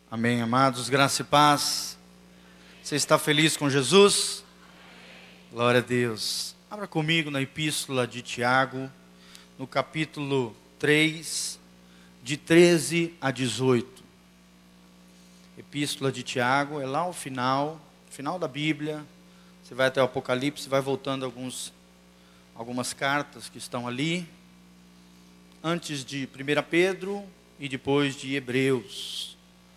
Amém, amados, graça e paz. Você está feliz com Jesus? Glória a Deus. Abra comigo na epístola de Tiago, no capítulo 3, de 13 a 18. Epístola de Tiago, é lá ao final da Bíblia. Você vai até o Apocalipse, vai voltando algumas cartas que estão ali, antes de 1 Pedro e depois de Hebreus.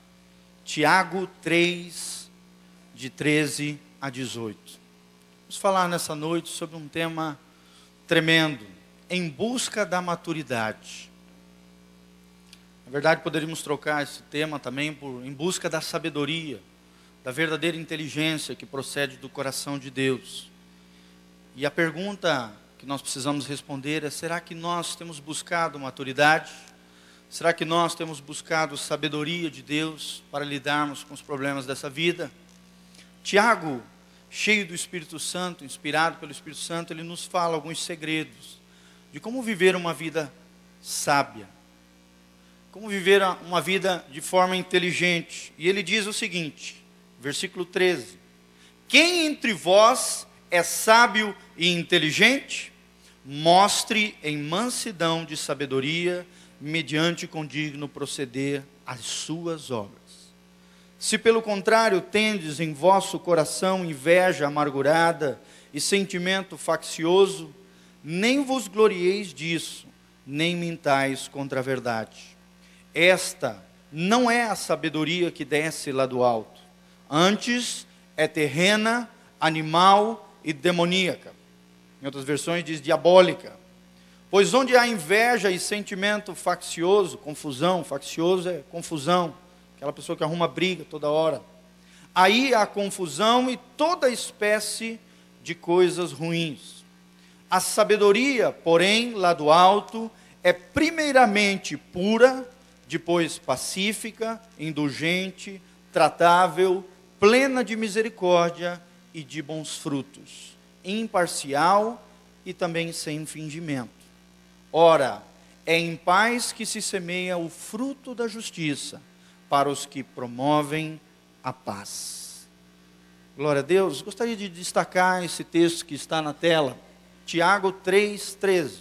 Tiago 3, de 13 a 18. Vamos falar nessa noite sobre um tema tremendo, em busca da maturidade. Na verdade, poderíamos trocar esse tema também por em busca da sabedoria, da verdadeira inteligência que procede do coração de Deus. E a pergunta que nós precisamos responder é: será que nós temos buscado maturidade? Será que nós temos buscado sabedoria de Deus para lidarmos com os problemas dessa vida? Tiago, cheio do Espírito Santo, inspirado pelo Espírito Santo, ele nos fala alguns segredos de como viver uma vida sábia, como viver uma vida de forma inteligente. E ele diz o seguinte, versículo 13: quem entre vós é sábio e inteligente? Mostre em mansidão de sabedoria, mediante condigno proceder as suas obras. Se pelo contrário tendes em vosso coração inveja amargurada e sentimento faccioso, nem vos glorieis disso, nem mintais contra a verdade. Esta não é a sabedoria que desce lá do alto, antes é terrena, animal e demoníaca. Em outras versões diz diabólica. Pois onde há inveja e sentimento faccioso, confusão, faccioso é confusão, aquela pessoa que arruma briga toda hora. Aí há confusão e toda espécie de coisas ruins. A sabedoria, porém, lá do alto, é primeiramente pura, depois pacífica, indulgente, tratável, plena de misericórdia e de bons frutos, imparcial e também sem fingimento. Ora, é em paz que se semeia o fruto da justiça para os que promovem a paz. Glória a Deus. Gostaria de destacar esse texto que está na tela, Tiago 3:13.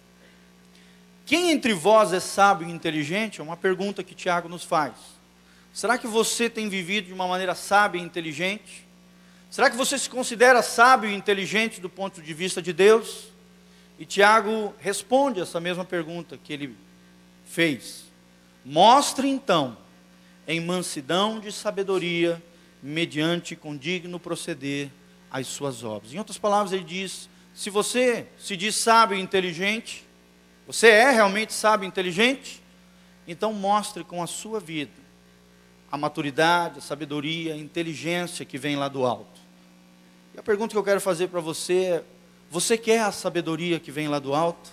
Quem entre vós é sábio e inteligente? É uma pergunta que Tiago nos faz. Será que você tem vivido de uma maneira sábia e inteligente? Será que você se considera sábio e inteligente do ponto de vista de Deus? E Tiago responde essa mesma pergunta que ele fez. Mostre então, em mansidão de sabedoria, mediante condigno proceder as suas obras. Em outras palavras, ele diz: se você se diz sábio e inteligente, você é realmente sábio e inteligente, então mostre com a sua vida a maturidade, a sabedoria, a inteligência que vem lá do alto. E a pergunta que eu quero fazer para você é: você quer a sabedoria que vem lá do alto?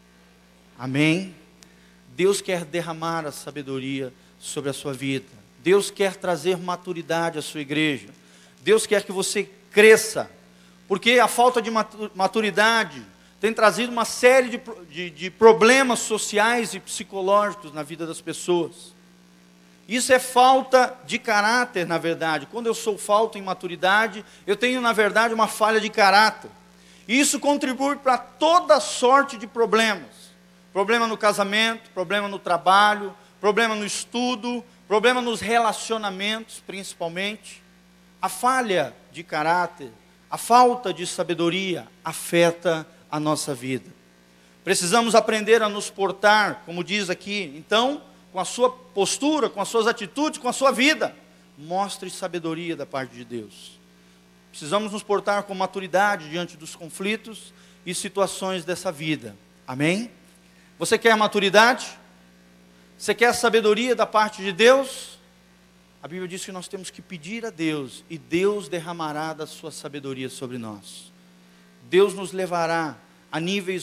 Amém? Deus quer derramar a sabedoria sobre a sua vida. Deus quer trazer maturidade à sua igreja. Deus quer que você cresça, porque a falta de maturidade tem trazido uma série de problemas sociais e psicológicos na vida das pessoas. Isso é falta de caráter, na verdade. Quando eu sou falta em maturidade, eu tenho, na verdade, uma falha de caráter. E isso contribui para toda sorte de problemas. Problema no casamento, problema no trabalho, problema no estudo, problema nos relacionamentos, principalmente. A falha de caráter, a falta de sabedoria afeta a nossa vida. Precisamos aprender a nos portar, como diz aqui, então, com a sua postura, com as suas atitudes, com a sua vida. Mostre sabedoria da parte de Deus. Precisamos nos portar com maturidade diante dos conflitos e situações dessa vida. Amém? Você quer maturidade? Você quer sabedoria da parte de Deus? A Bíblia diz que nós temos que pedir a Deus, e Deus derramará da sua sabedoria sobre nós. Deus nos levará a níveis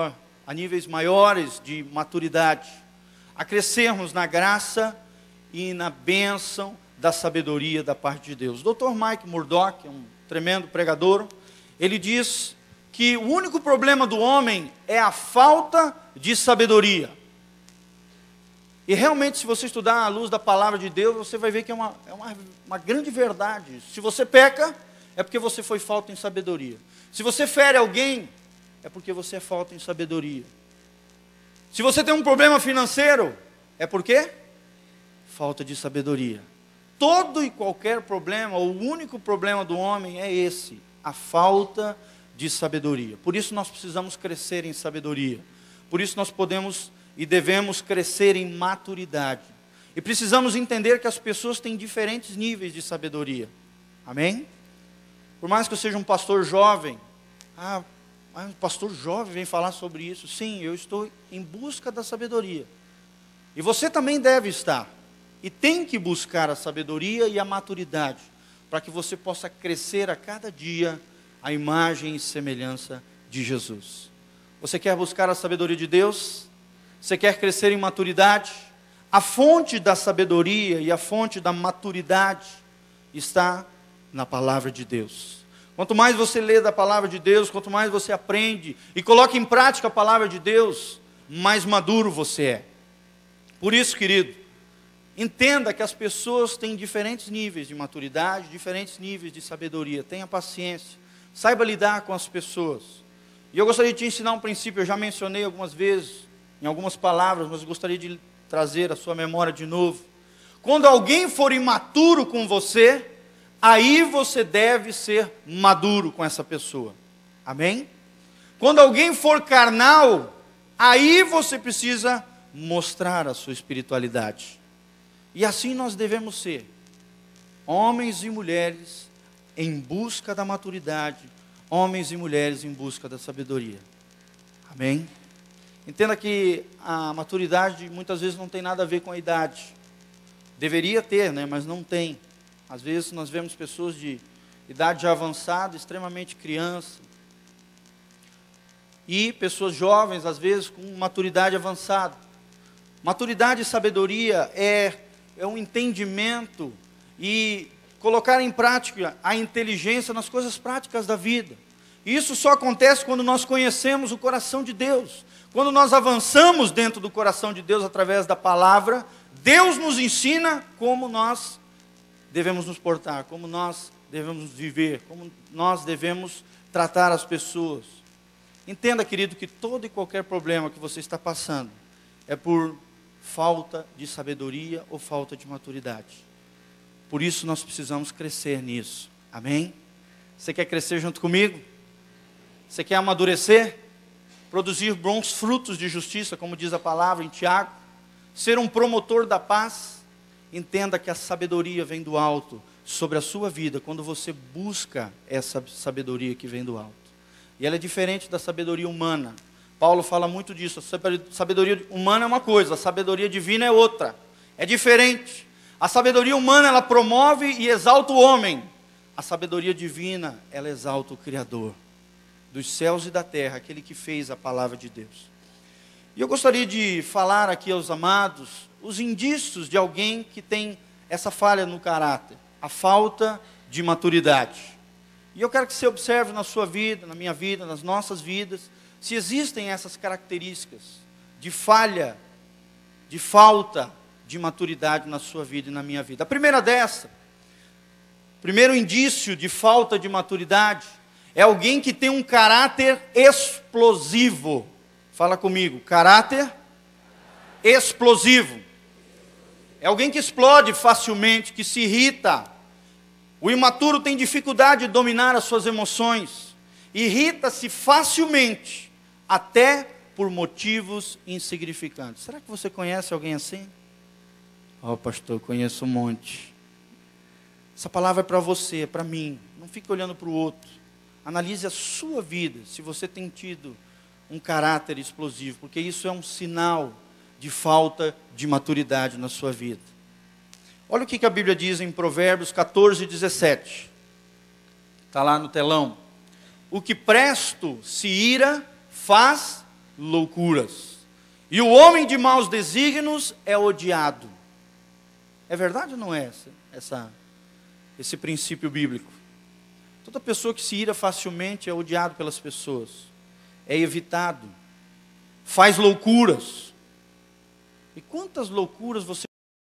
maiores de maturidade, a crescermos na graça e na bênção da sabedoria da parte de Deus. O Dr. Mike Murdock, um tremendo pregador, ele diz que o único problema do homem é a falta de sabedoria. E realmente, se você estudar à luz da palavra de Deus, você vai ver que é uma grande verdade. Se você peca, é porque você foi falta em sabedoria. Se você fere alguém, é porque você é falta em sabedoria. Se você tem um problema financeiro, é por quê? Falta de sabedoria. Todo e qualquer problema, o único problema do homem é esse, a falta de sabedoria. Por isso nós precisamos crescer em sabedoria. Por isso nós podemos e devemos crescer em maturidade. E precisamos entender que as pessoas têm diferentes níveis de sabedoria. Amém? Por mais que eu seja um pastor jovem, um pastor jovem vem falar sobre isso. Sim, eu estou em busca da sabedoria. E você também deve estar. E tem que buscar a sabedoria e a maturidade, para que você possa crescer a cada dia a imagem e semelhança de Jesus. Você quer buscar a sabedoria de Deus? Você quer crescer em maturidade? A fonte da sabedoria e a fonte da maturidade está na palavra de Deus. Quanto mais você lê da palavra de Deus, quanto mais você aprende e coloca em prática a palavra de Deus, mais maduro você é. Por isso, querido, entenda que as pessoas têm diferentes níveis de maturidade, diferentes níveis de sabedoria. Tenha paciência, saiba lidar com as pessoas. E eu gostaria de te ensinar um princípio, eu já mencionei algumas vezes, em algumas palavras, mas eu gostaria de trazer a sua memória de novo. Quando alguém for imaturo com você, aí você deve ser maduro com essa pessoa. Amém? Quando alguém for carnal, aí você precisa mostrar a sua espiritualidade. E assim nós devemos ser, homens e mulheres em busca da maturidade, homens e mulheres em busca da sabedoria. Amém? Entenda que a maturidade muitas vezes não tem nada a ver com a idade. Deveria ter, né? Mas não tem. Às vezes nós vemos pessoas de idade já avançada, extremamente criança, e pessoas jovens, às vezes, com maturidade avançada. Maturidade e sabedoria é um entendimento e colocar em prática a inteligência nas coisas práticas da vida. E isso só acontece quando nós conhecemos o coração de Deus. Quando nós avançamos dentro do coração de Deus através da palavra, Deus nos ensina como nós devemos nos portar, como nós devemos viver, como nós devemos tratar as pessoas. Entenda, querido, que todo e qualquer problema que você está passando é por falta de sabedoria ou falta de maturidade. Por isso nós precisamos crescer nisso. Amém? Você quer crescer junto comigo? Você quer amadurecer? Produzir bons frutos de justiça, como diz a palavra em Tiago? Ser um promotor da paz? Entenda que a sabedoria vem do alto sobre a sua vida, quando você busca essa sabedoria que vem do alto. E ela é diferente da sabedoria humana. Paulo fala muito disso. A sabedoria humana é uma coisa, a sabedoria divina é outra. É diferente. A sabedoria humana, ela promove e exalta o homem. A sabedoria divina, ela exalta o Criador dos céus e da terra, aquele que fez a palavra de Deus. E eu gostaria de falar aqui aos amados os indícios de alguém que tem essa falha no caráter, a falta de maturidade. E eu quero que você observe na sua vida, na minha vida, nas nossas vidas, se existem essas características de falha, de falta de maturidade na sua vida e na minha vida. A primeira dessa, primeiro indício de falta de maturidade, é alguém que tem um caráter explosivo. Fala comigo, caráter explosivo. É alguém que explode facilmente, que se irrita. O imaturo tem dificuldade de dominar as suas emoções. Irrita-se facilmente, até por motivos insignificantes. Será que você conhece alguém assim? Pastor, eu conheço um monte. Essa palavra é para você, é para mim. Não fique olhando para o outro. Analise a sua vida, se você tem tido um caráter explosivo, porque isso é um sinal de falta de maturidade na sua vida. Olha o que a Bíblia diz em Provérbios 14, 17. Está lá no telão. O que presto se ira, faz loucuras. E o homem de maus desígnios é odiado. É verdade ou não é esse princípio bíblico? Toda pessoa que se ira facilmente é odiado pelas pessoas. É evitado. Faz loucuras. E quantas loucuras você